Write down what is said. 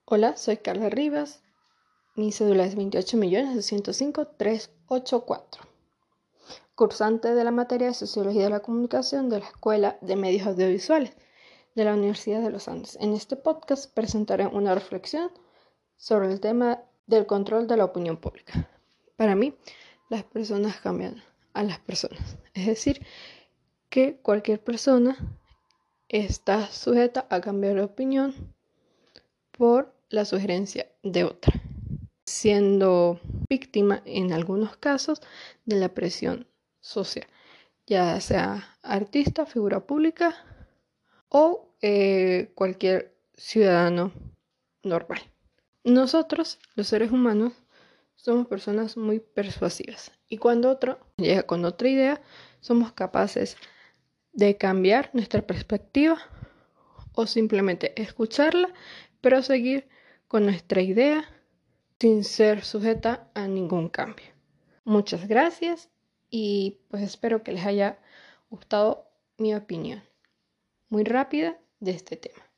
Hola, soy Carla Rivas. Mi cédula es 28.205.384. Cursante de la materia de Sociología de la Comunicación de la Escuela de Medios Audiovisuales de la Universidad de los Andes. En este podcast presentaré una reflexión sobre el tema del control de la opinión pública. Para mí, las personas cambian a las personas. Es decir, que cualquier persona está sujeta a cambiar de opinión por la sugerencia de otra, siendo víctima en algunos casos de la presión social, ya sea artista, figura pública o cualquier ciudadano normal. Nosotros, los seres humanos, somos personas muy persuasivas y cuando otro llega con otra idea, somos capaces de cambiar nuestra perspectiva o simplemente escucharla, pero seguir con nuestra idea sin ser sujeta a ningún cambio. Muchas gracias y pues espero que les haya gustado mi opinión muy rápida de este tema.